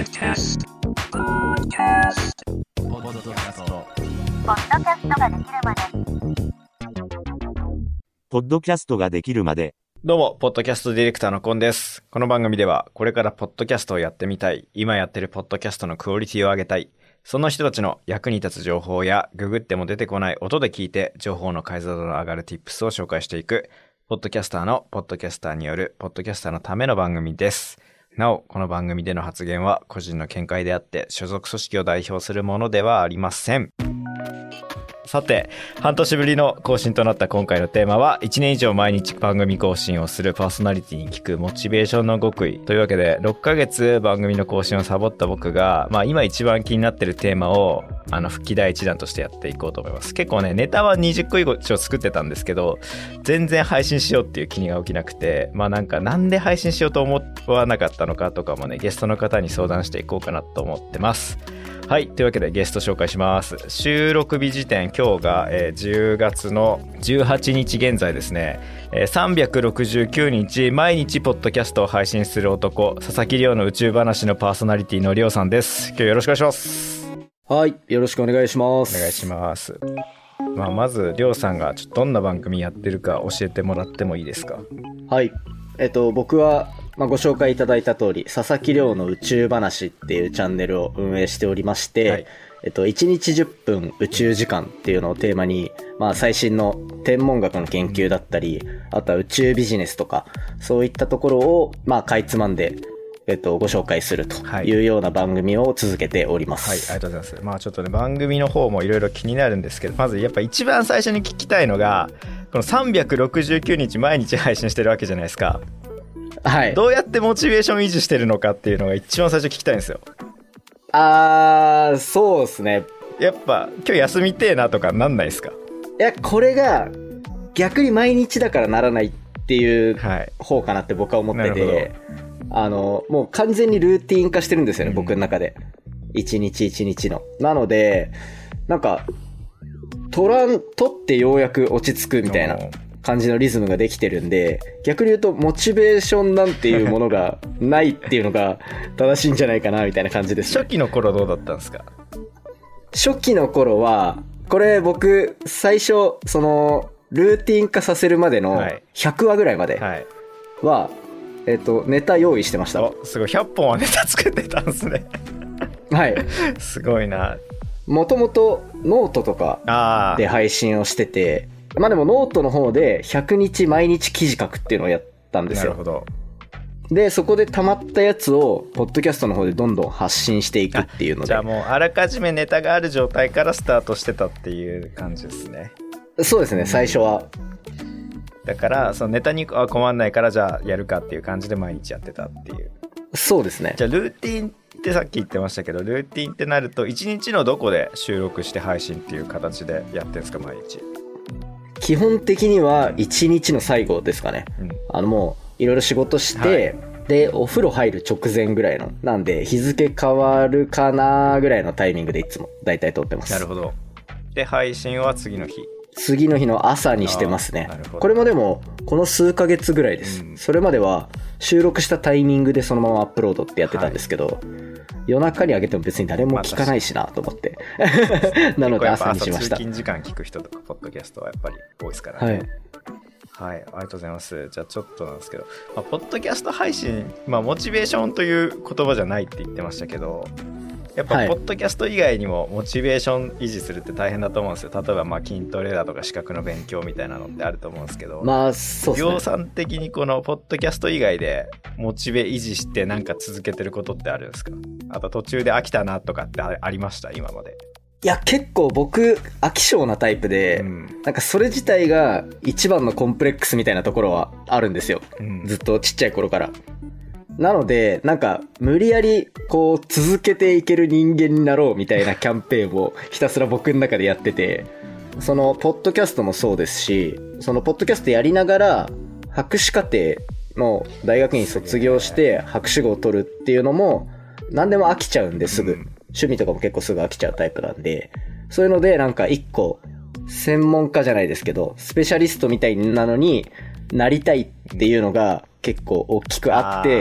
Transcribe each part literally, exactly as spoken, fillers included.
Podcast Podcast ポッドキャストポッドキャストができるまでポッドキャストができるまで。 どうも、ポッドキャストディレクターのコンです。この番組では、これからポッドキャストをやってみたい、今やってるポッドキャストのクオリティを上げたい、その人たちの役に立つ情報や、ググっても出てこない音で聞いて、情報の解像度の上がる Tips を紹介していく、ポッドキャスターのポッドキャスターによる、ポッドキャスターのための番組です。なお、この番組での発言は個人の見解であって、所属組織を代表するものではありません。さて、半年ぶりの更新となった今回のテーマは、いちねん以上毎日番組更新をするパーソナリティに聞くモチベーションの極意というわけで、ろっかげつ番組の更新をサボった僕が、まあ今一番気になってるテーマを、あの、復帰第一弾としてやっていこうと思います。結構ね、ネタはにじゅっこ以上作ってたんですけど、全然配信しようっていう気が起きなくて、まあなんかなんで配信しようと思わなかったのかとかもね、ゲストの方に相談していこうかなと思ってます。はい。というわけでゲスト紹介します。収録日時点、今日が、えー、じゅうがつのじゅうはちにち現在ですね、えー、さんびゃくろくじゅうきゅうにち毎日ポッドキャストを配信する男、佐々木亮の宇宙話のパーソナリティの亮さんです。今日よろしくお願いします。 はい。よろしくお願いします。 お願いします。まあ、まず亮さんがちょっとどんな番組やってるか教えてもらってもいいですか？ はい。えっと、僕は、まあ、ご紹介いただいた通り、佐々木亮の宇宙話っていうチャンネルを運営しておりまして、はい、えっと、いちにちじゅっぷん宇宙時間っていうのをテーマに、まあ、最新の天文学の研究だったり、あとは宇宙ビジネスとか、そういったところを、まあ、かいつまんで、えっと、ご紹介するというような番組を続けております。 はい、はい、ありがとうございます。まあ、ちょっとね、番組の方もいろいろ気になるんですけど、まずやっぱ一番最初に聞きたいのが、このさんびゃくろくじゅうきゅうにち毎日配信してるわけじゃないですか。 はい。 どうやってモチベーション維持してるのかっていうのが一番最初聞きたいんですよ。 あー、そうですね。 やっぱ今日休みてえなとかなんないですか？ いや、これが逆に毎日だからならないっていう方かなって僕は思ってて、はい、あの、もう完全にルーティン化してるんですよね、うん、僕の中で。一日一日の。なので、なんか、取らん、取ってようやく落ち着くみたいな感じのリズムができてるんで、逆に言うとモチベーションなんていうものがないっていうのが正しいんじゃないかなみたいな感じです、ね。 初期の頃どうだったんですか？ 初期の頃は、これ僕最初そのルーティン化させるまでのひゃくわぐらいまでは、はいはい、えっとネタ用意してました。 お、すごい、ひゃっぽんはネタ作ってたんですね。 はい。 すごいな。 もともとノートとかで配信をしてて、まあでもノートの方でひゃくにち毎日記事書くっていうのをやったんですよ。 なるほど。 で、そこで溜まったやつをポッドキャストの方でどんどん発信していくっていうので。 じゃあもうあらかじめネタがある状態からスタートしてたっていう感じですね。 そうですね、最初は。 だからそのネタにあ困んないからじゃあやるかっていう感じで毎日やってたっていう。 そうですね。 じゃあルーティンってさっき言ってましたけど、ルーティンってなるといちにちのどこで収録して配信っていう形でやってるんですか、毎日？基本的にはいちにちの最後ですかね、うん、あのもういろいろ仕事して、はい、でお風呂入る直前ぐらいのなんで日付変わるかなぐらいのタイミングでいつもだいたい撮ってます。 なるほど。で配信は次の日次の日の朝にしてますね。これもでもこの数ヶ月ぐらいです、うん、それまでは収録したタイミングでそのままアップロードってやってたんですけど、はい、夜中に上げても別に誰も聞かないしなと思って、まあ、なので朝にしました。 通勤時間聞く人とかポッドキャストはやっぱり多いですからね。はい、はい、ありがとうございます。じゃあちょっとなんですけど、まあ、ポッドキャスト配信、まあ、モチベーションという言葉じゃないって言ってましたけど、やっぱポッドキャスト以外にもモチベーション維持するって大変だと思うんですよ。例えばまあ筋トレだとか資格の勉強みたいなのってあると思うんですけど、 まあそうですね。 量産的にこのポッドキャスト以外でモチベ維持してなんか続けてることってあるんですか？あと途中で飽きたなとかってありました？今まで。 いや結構僕飽き性なタイプで、うん、なんかそれ自体が一番のコンプレックスみたいなところはあるんですよ、うん、ずっとちっちゃい頃から。なのでなんか無理やりこう続けていける人間になろうみたいなキャンペーンをひたすら僕の中でやってて、そのポッドキャストもそうですし、そのポッドキャストやりながら博士課程の大学院卒業して博士号を取るっていうのも何でも飽きちゃうんですぐ、うん、趣味とかも結構すぐ飽きちゃうタイプなんで、そういうのでなんか一個専門家じゃないですけどスペシャリストみたいなのになりたいっていうのが結構大きくあって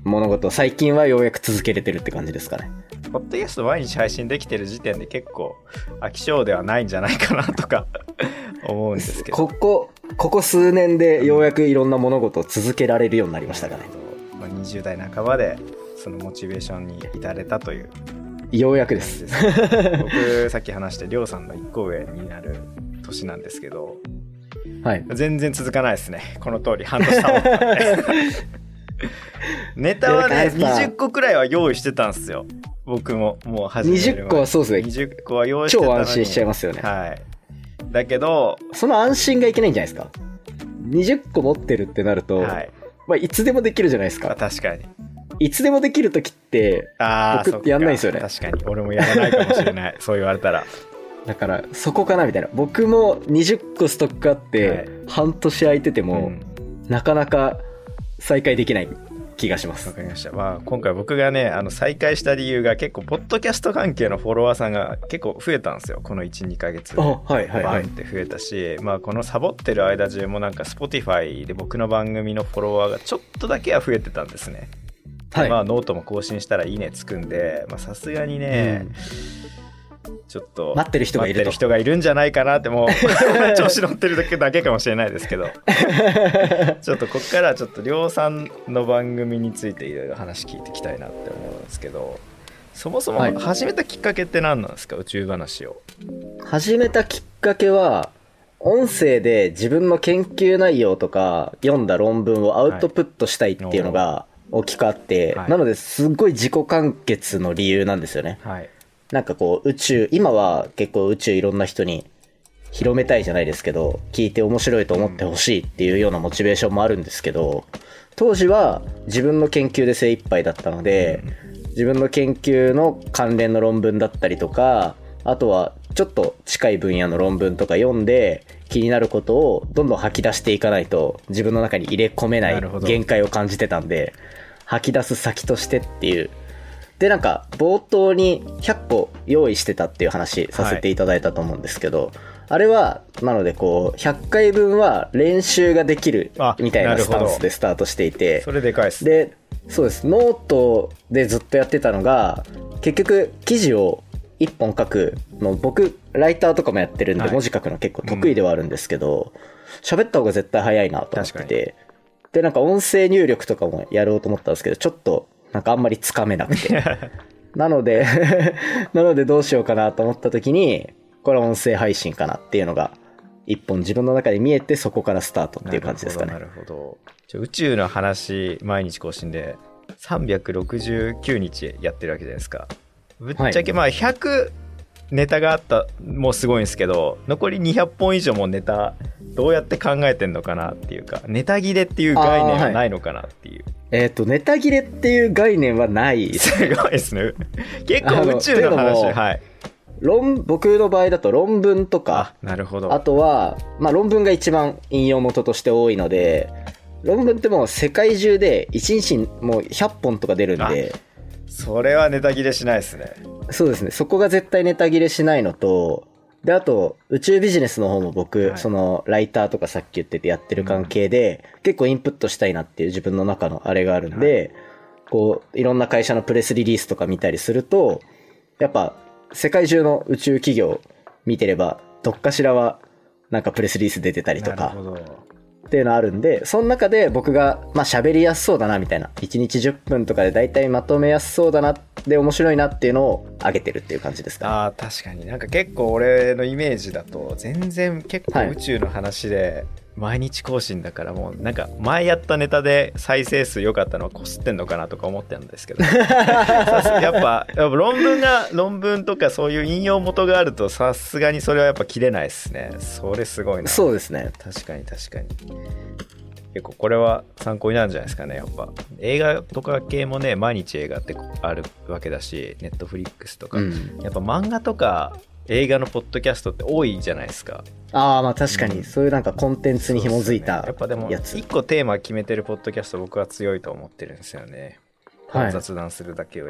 物事を最近はようやく続けれてるって感じですかね。 ポッドキャスト毎日配信できてる時点で結構飽き性ではないんじゃないかなとか思うんですけど、 ここここ数年でようやくいろんな物事を続けられるようになりましたかね。 まあ、にじゅう代半ばでそのモチベーションに至れたというようやくです。 僕さっき話してりょうさんのいっこ上になる年なんですけど、 はい、 全然続かないですね。この通り半年経ってネタはねにじゅっこくらいは用意してたんですよ。僕ももう始める前にじゅっこはそうですね。 にじゅっこは用意してたのに超安心しちゃいますよね。 はい。だけどその安心がいけないんじゃないですか。にじゅっこ持ってるってなると、はい、まあ、いつでもできるじゃないですか。 確かにいつでもできるときって僕ってやんないんですよね。 確かに俺もやらないかもしれないそう言われたら。 だからそこかなみたいな。僕もにじゅっこストックあって、はい、半年空いてても、うん、なかなか再開できない気がします。 わかりました。まあ今回僕がねあの再開した理由が結構ポッドキャスト関係のフォロワーさんが結構増えたんですよ。この いち,に ヶ月でバンって増えたし、まあこのサボってる間中もなんか Spotify で僕の番組のフォロワーがちょっとだけは増えてたんですね。はい、まあノートも更新したらいいねつくんで、まあさすがにね、うん、ちょっと待ってる人がいると待ってる人がいるんじゃないかなってもう調子乗ってるだけかもしれないですけどちょっとこっからちょっとりょうさんの番組についていろいろ話聞いていきたいなって思うんですけど、そもそも始めたきっかけって何なんですか、はい、宇宙話を始めたきっかけは音声で自分の研究内容とか読んだ論文をアウトプットしたいっていうのが、はい、大きくあって、はい、なのですっごい自己完結の理由なんですよね、はい、なんかこう宇宙今は結構宇宙いろんな人に広めたいじゃないですけど聞いて面白いと思ってほしいっていうようなモチベーションもあるんですけど、当時は自分の研究で精一杯だったので、自分の研究の関連の論文だったりとか、あとはちょっと近い分野の論文とか読んで気になることをどんどん吐き出していかないと自分の中に入れ込めない限界を感じてたんで、吐き出す先としてっていうで、なんか冒頭にひゃっこ用意してたっていう話させていただいたと思うんですけど、はい、あれはなのでこうひゃっかいぶんは練習ができるみたいなスタンスでスタートしていて、 それでかいです。 で、そうです。ノートでずっとやってたのが結局記事をいっぽん書くの、僕ライターとかもやってるんで文字書くの結構得意ではあるんですけど、喋、はい、うん、った方が絶対早いなと思ってて、でなんか音声入力とかもやろうと思ったんですけど、ちょっとなんかあんまりつかめなくてなのでなのでどうしようかなと思った時に、これは音声配信かなっていうのが一本自分の中で見えて、そこからスタートっていう感じですかね。 なるほど、なるほど。宇宙の話毎日更新でさんびゃくろくじゅうきゅうにちやってるわけじゃないですか。ぶっちゃけまあひゃくネタがあったもうすごいんですけど、残りにひゃっぽん以上もネタどうやって考えてんのかなっていうか、ネタ切れっていう概念はないのかなっていう。 えっと、ネタ切れっていう概念はないです。 すごいですね。結構宇宙の話、はい。 論、僕の場合だと論文とか、 あ、なるほど。 あとは、まあ論文が一番引用元として多いので、論文ってもう世界中でいちにちにもうひゃっぽんとか出るんで、 それはネタ切れしないですね。 そうですね。そこが絶対ネタ切れしないのと、で、あと、宇宙ビジネスの方も僕、はい、その、ライターとかさっき言っててやってる関係で、うん、結構インプットしたいなっていう自分の中のあれがあるんで、はい、こう、いろんな会社のプレスリリースとか見たりすると、やっぱ、世界中の宇宙企業見てれば、どっかしらは、なんかプレスリリース出てたりとか、なるほどっていうのあるんで、その中で僕が、まあ喋りやすそうだなみたいな、いちにちじゅっぷんとかでだいたいまとめやすそうだな、で面白いなっていうのを上げてるっていう感じですかね。 ああ、確かになんか結構俺のイメージだと全然結構宇宙の話で毎日更新だからもうなんか前やったネタで再生数良かったのはこすってんのかなとか思ってたんですけどやっぱ、やっぱ論文が論文とかそういう引用元があるとさすがにそれはやっぱ切れないですね。それすごいな。 そうですね。 確かに確かに。結構これは参考になるんじゃないですかね。やっぱ映画とか系もね、毎日映画ってあるわけだし、ネットフリックスとか、うん、やっぱ漫画とか映画のポッドキャストって多いじゃないですか。 ああ、まあ確かに、うん、そういうなんかコンテンツに紐づいたやつ。 やっぱでも一個テーマ決めてるポッドキャスト僕は強いと思ってるんですよね。はい、雑談するだけよりも。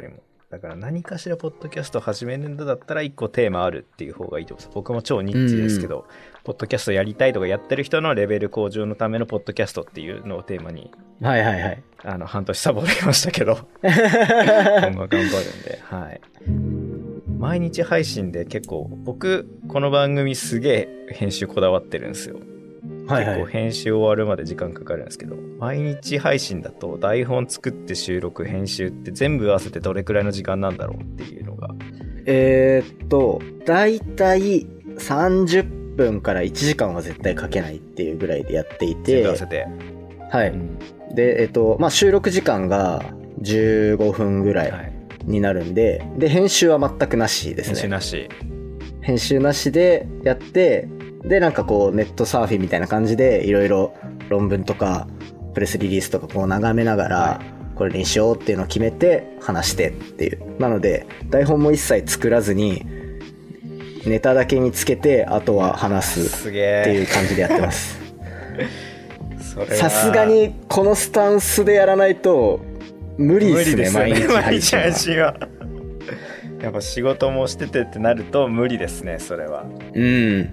だから何かしらポッドキャスト始めるんだったら一個テーマあるっていう方がいいと思います。僕も超ニッチですけど、うん、ポッドキャストやりたいとかやってる人のレベル向上のためのポッドキャストっていうのをテーマに、 はいはいはい。 あの、半年サボりましたけど、今後頑張るんで、はい。毎日配信で結構、僕、この番組すげえ編集こだわってるんですよ。はいはい、結構編集終わるまで時間かかるんですけど、毎日配信だと台本作って収録編集って全部合わせてどれくらいの時間なんだろうっていうのが、えーっとだいたいさんじゅっぷんからいちじかんは絶対かけないっていうぐらいでやっていて、 全部合わせて、 はい、うん、でえーっとまあ収録時間がじゅうごふんぐらいになるんで、はい、で編集は全くなしですね。 編集なし編集なしでやって、でなんかこうネットサーフィンみたいな感じでいろいろ論文とかプレスリリースとかこう眺めながら、はい、これにしようっていうのを決めて話してっていう。なので台本も一切作らずにネタだけ見つけてあとは話すっていう感じでやってます。さすがにこのスタンスでやらないと無理ですね。毎日配信は。毎日配信はやっぱ仕事もしててってなると無理ですね、それは。 うん。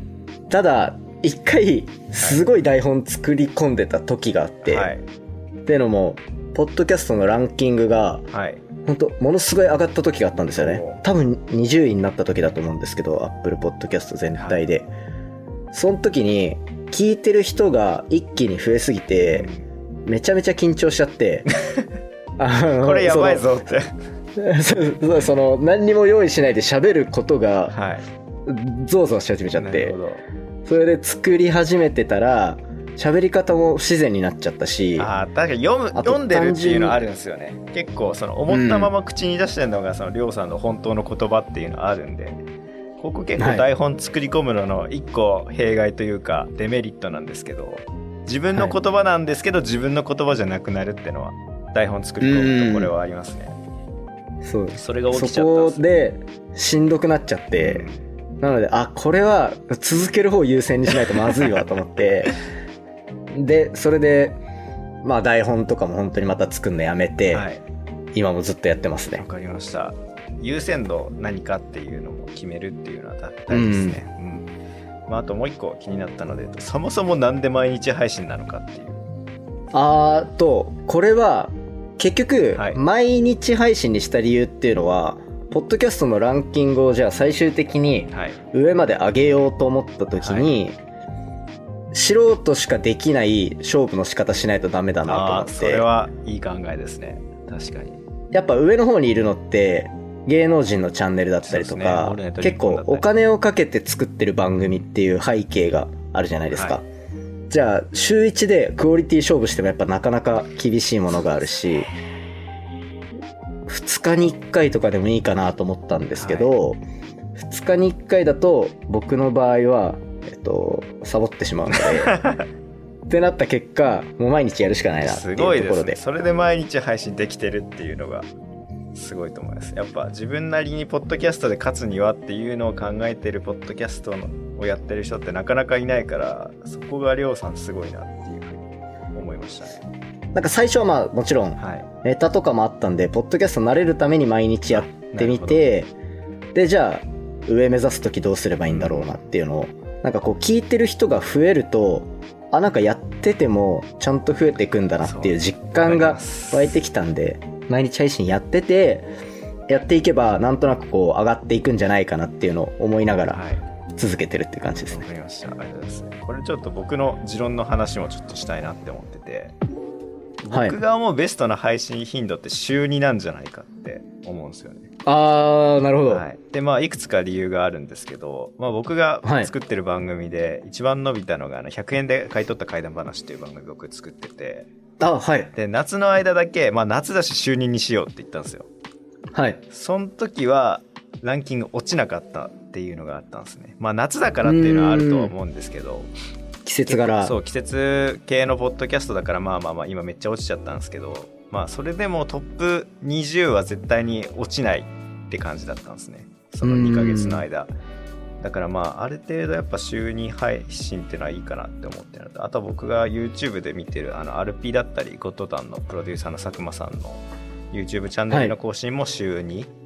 ただ一回すごい台本作り込んでた時があって、はい、っていうのもポッドキャストのランキングが、はい、本当ものすごい上がった時があったんですよね。多分にじゅういになった時だと思うんですけど、アップルポッドキャスト全体で、はい、その時に聞いてる人が一気に増えすぎて、うん、めちゃめちゃ緊張しちゃってこれやばいぞってそ, その何にも用意しないで喋ることが、はい、ゾワゾワし始めちゃって、それで作り始めてたら喋り方も不自然になっちゃったし、 あ確かに読む読んでるっていうのあるんですよね。結構その思ったまま口に出してるのが、うん、そのりょうさんの本当の言葉っていうのあるんで、ここ結構台本作り込むのの一個弊害というかデメリットなんですけど、自分の言葉なんですけど、はい、自分の言葉じゃなくなるっていうのは台本作り込むとこれはありますね。 そう、 それが起きちゃったんです。 そこでしんどくなっちゃって、なのであこれは続ける方を優先にしないとまずいわと思ってでそれでまあ台本とかも本当にまた作るのやめて、はい、今もずっとやってますね。 わかりました。優先度何かっていうのも決めるっていうのは大事ですね。うんうん、まあ、あともう一個気になったので、そもそもなんで毎日配信なのかっていう。 あーとこれは結局、はい、毎日配信にした理由っていうのは、ポッドキャストのランキングをじゃあ最終的に上まで上げようと思った時に、はい、素人しかできない勝負の仕方しないとダメだなと思って。 あ、それはいい考えですね。確かに。 やっぱ上の方にいるのって芸能人のチャンネルだったりとか、ね、結構お金をかけて作ってる番組っていう背景があるじゃないですか。はい、じゃあ週いちでクオリティ勝負してもやっぱなかなか厳しいものがあるし、ふつかにいっかいとかでもいいかなと思ったんですけど、はい、ふつかにいっかいだと僕の場合は、えっと、サボってしまうのでってなった結果、もう毎日やるしかないなっていうところで。すごいですね。 それで毎日配信できてるっていうのがすごいと思います。やっぱ自分なりにポッドキャストで勝つにはっていうのを考えてるポッドキャストをやってる人ってなかなかいないから、そこがりょうさんすごいなっていうふうに思いましたね。 なんか最初はまあもちろんネタとかもあったんで、ポッドキャスト慣れるために毎日やってみて、でじゃあ上目指すときどうすればいいんだろうなっていうのを、なんかこう聞いてる人が増えると、あなんかやっててもちゃんと増えていくんだなっていう実感が湧いてきたんで、毎日配信やっててやっていけばなんとなくこう上がっていくんじゃないかなっていうのを思いながら続けてるっていう感じですね。 わかりました。ありがとうございます。これちょっと僕の持論の話もちょっとしたいなって思ってて、僕が思うベストな配信頻度って週になんじゃないかって思うんですよね。 あーなるほど。 はい、でまあいくつか理由があるんですけど、まあ、僕が作ってる番組で一番伸びたのがあのひゃくえんで買い取った怪談話っていう番組を僕作ってて、 あはいで夏の間だけ、まあ、夏だし週ににしようって言ったんですよ。 はい。 その時はランキング落ちなかったっていうのがあったんですね。まあ夏だからっていうのはあるとは思うんですけど、 季節柄そう季節系のポッドキャストだから、まあまあまあ今めっちゃ落ちちゃったんですけど、まあそれでもトップにじゅうは絶対に落ちないって感じだったんですね、そのにかげつの間。だからまあある程度やっぱ週に配信っていうのはいいかなって思ってるのと、あと僕が YouTube で見てるあの アールピー だったりゴッドタンのプロデューサーの佐久間さんの YouTube チャンネルの更新も週に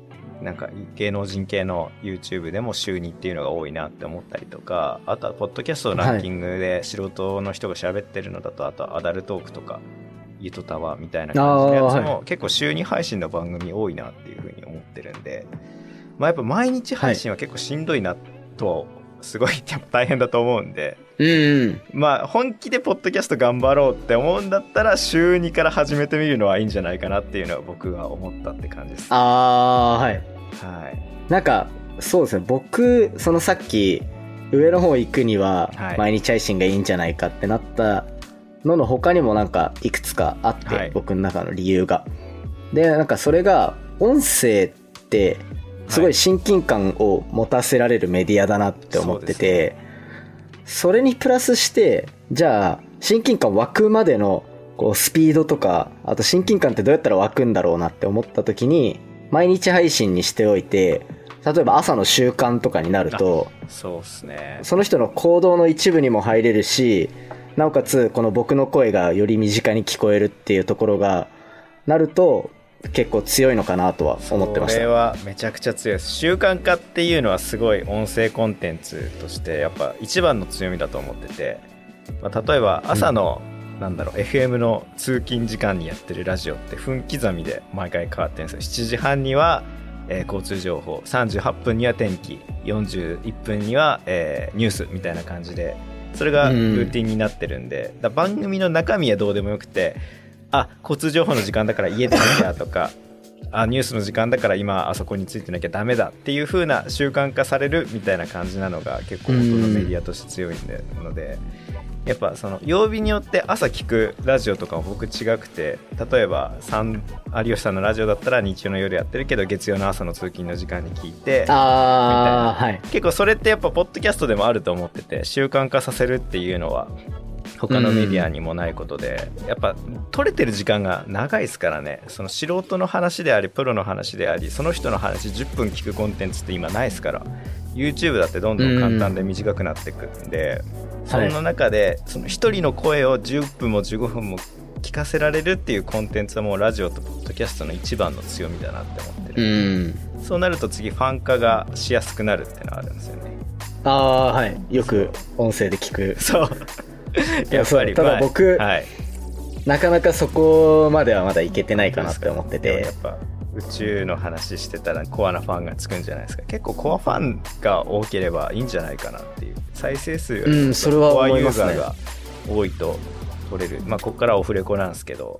なんか芸能人系の YouTube でも週にっていうのが多いなって思ったりとか、あとはポッドキャストのランキングで素人の人が喋ってるのだと、あとはアダルトークとかゆとたわみたいな感じのやつも結構週に配信の番組多いなっていうふうに思ってるんで、まあ、やっぱ毎日配信は結構しんどいなとはすごいやっぱ大変だと思うんで、 うんうん、 まあ本気でポッドキャスト頑張ろうって思うんだったら週にから始めてみるのはいいんじゃないかなっていうのは僕は思ったって感じです。 あーはい、 はい、 なんかそうですね、僕そのさっき上の方行くには毎日配信がいいんじゃないかってなったのの他にもなんかいくつかあって、はい、僕の中の理由がで、なんかそれが音声ってすごい親近感を持たせられるメディアだなって思ってて、はい、 そ, それにプラスしてじゃあ親近感湧くまでのこうスピードとか、あと親近感ってどうやったら湧くんだろうなって思った時に毎日配信にしておいて、例えば朝の習慣とかになるとそうっすね、 その人の行動の一部にも入れるし、なおかつこの僕の声がより身近に聞こえるっていうところがなると結構強いのかなとは思ってました。 それはめちゃくちゃ強いです。習慣化っていうのはすごい音声コンテンツとしてやっぱ一番の強みだと思ってて、まあ、例えば朝の、うん、なんだろう エフエム の通勤時間にやってるラジオって分刻みで毎回変わってるんですよ。しちじはんには、えー、交通情報、さんじゅうはっぷんには天気、よんじゅういっぷんには、えー、ニュースみたいな感じで、それがルーティンになってるんで、うん、だ番組の中身はどうでもよくて、あ、交通情報の時間だから家でなきゃとかあ、ニュースの時間だから今あそこについてなきゃダメだっていう風な習慣化されるみたいな感じなのが結構元のメディアとして強いんで、のでやっぱその曜日によって朝聞くラジオとかも僕違くて、例えば有吉さんのラジオだったら日曜の夜やってるけど月曜の朝の通勤の時間に聞いて、 あ、はい、 結構それってやっぱポッドキャストでもあると思ってて、習慣化させるっていうのは他のメディアにもないことで、うん、やっぱ取れてる時間が長いですからね。その素人の話でありプロの話であり、その人の話じゅっぷん聞くコンテンツって今ないですから、 YouTube だってどんどん簡単で短くなっていくんで、うん、その中でその一人の声をじゅっぷんもじゅうごふんも聞かせられるっていうコンテンツはもうラジオとポッドキャストの一番の強みだなって思ってる、うん、そうなると次ファン化がしやすくなるっていうのはあるんですよね。 ああ、はい、よく音声で聞く。 そうやっぱりただ僕、 はい、 なかなかそこまではまだいけてないかなって思ってて、 やっぱ宇宙の話してたらコアなファンがつくんじゃないですか。結構コアファンが多ければいいんじゃないかなっていう、再生数よりもコアユーザーが多いと取れる、まあここからオフレコなんですけど、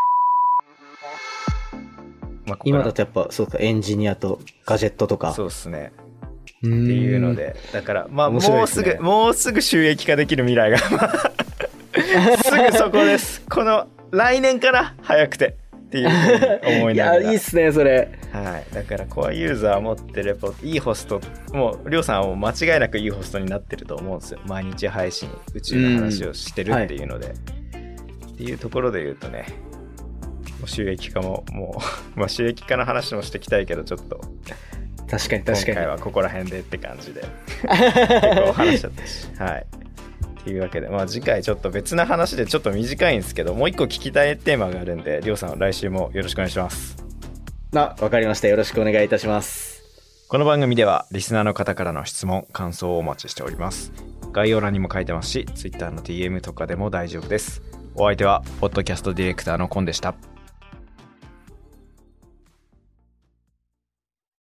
まあ、ここ今だとやっぱそうか、エンジニアとガジェットとか、 そうですねっていうので、だからまあもうすぐもうすぐ収益化できる未来がすぐそこです。この来年から早くてっていうふうに思いながらいや、いいっすねそれ。 はい、だからコアユーザー持ってればいいホスト、もうりょうさんはもう間違いなくいいホストになってると思うんですよ。毎日配信宇宙の話をしてるっていうので、はい、っていうところで言うとね、もう収益化ももうまあ収益化の話もしていきたいけど、ちょっと確かに確かに今回はここら辺でって感じで結構話しちゃったし、はいというわけで、まあ次回ちょっと別な話でちょっと短いんですけど、もう一個聞きたいテーマがあるんで、りょうさん来週もよろしくお願いします。 あ、わかりました。よろしくお願いいたします。 この番組ではリスナーの方からの質問、感想をお待ちしております。概要欄にも書いてますし、Twitter の ディーエム とかでも大丈夫です。お相手はポッドキャストディレクターのコンでした。